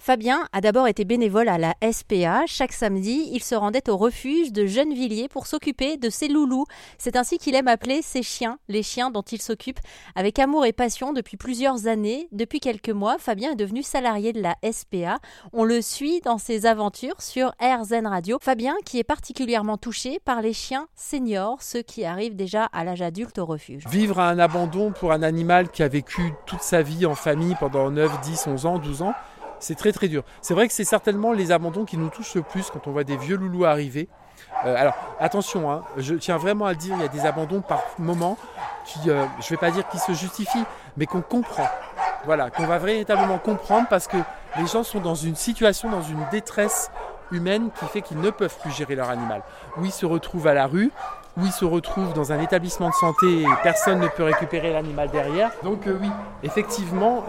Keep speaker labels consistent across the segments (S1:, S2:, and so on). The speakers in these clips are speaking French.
S1: Fabien a d'abord été bénévole à la SPA. Chaque samedi, il se rendait au refuge de Gennevilliers pour s'occuper de ses loulous. C'est ainsi qu'il aime appeler ses chiens, les chiens dont il s'occupe avec amour et passion depuis plusieurs années. Depuis quelques mois, Fabien est devenu salarié de la SPA. On le suit dans ses aventures sur RZN Radio. Fabien qui est particulièrement touché par les chiens seniors, ceux qui arrivent déjà à l'âge adulte au refuge.
S2: Vivre un abandon pour un animal qui a vécu toute sa vie en famille pendant 9, 10, 11 ans, 12 ans, c'est très très dur. C'est vrai que c'est certainement les abandons qui nous touchent le plus quand on voit des vieux loulous arriver. Alors attention, je tiens vraiment à le dire, il y a des abandons par moment qui, je ne vais pas dire qu'ils se justifient, mais qu'on comprend. Voilà, qu'on va véritablement comprendre parce que les gens sont dans une situation, dans une détresse humaine qui fait qu'ils ne peuvent plus gérer leur animal. Ou ils se retrouvent à la rue, ou ils se retrouvent dans un établissement de santé et personne ne peut récupérer l'animal derrière. Donc oui, effectivement,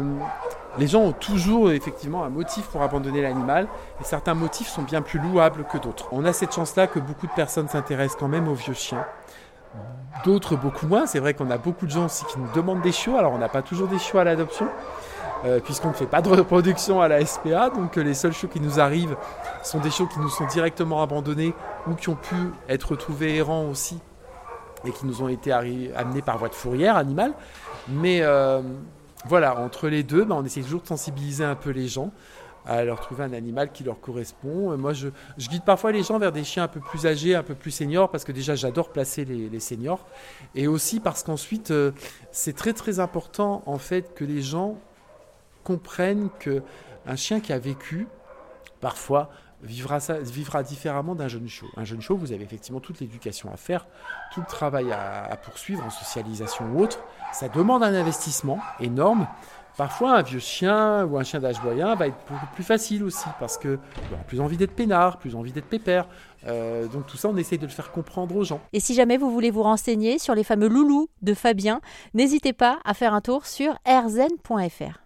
S2: les gens ont toujours effectivement un motif pour abandonner l'animal et certains motifs sont bien plus louables que d'autres. On a cette chance-là que beaucoup de personnes s'intéressent quand même aux vieux chiens. D'autres beaucoup moins. C'est vrai qu'on a beaucoup de gens aussi qui nous demandent des chiots. Alors on n'a pas toujours des chiots à l'adoption puisqu'on ne fait pas de reproduction à la SPA. Donc les seuls chiots qui nous arrivent sont des chiots qui nous sont directement abandonnés ou qui ont pu être retrouvés errants aussi et qui nous ont été amenés par voie de fourrière animale. Mais voilà, entre les deux, on essaie toujours de sensibiliser un peu les gens à leur trouver un animal qui leur correspond. Moi, je guide parfois les gens vers des chiens un peu plus âgés, un peu plus seniors, parce que déjà, j'adore placer les seniors. Et aussi parce qu'ensuite, c'est très, très important, en fait, que les gens comprennent qu'un chien qui a vécu, parfois, vivra différemment d'un jeune chiot. Un jeune chiot, vous avez effectivement toute l'éducation à faire, tout le travail à poursuivre en socialisation ou autre. Ça demande un investissement énorme. Parfois, un vieux chien ou un chien d'âge moyen va être beaucoup plus facile aussi parce qu'il aura plus envie d'être peinard, plus envie d'être pépère. Donc tout ça, on essaie de le faire comprendre aux gens.
S1: Et si jamais vous voulez vous renseigner sur les fameux loulous de Fabien, n'hésitez pas à faire un tour sur rzn.fr.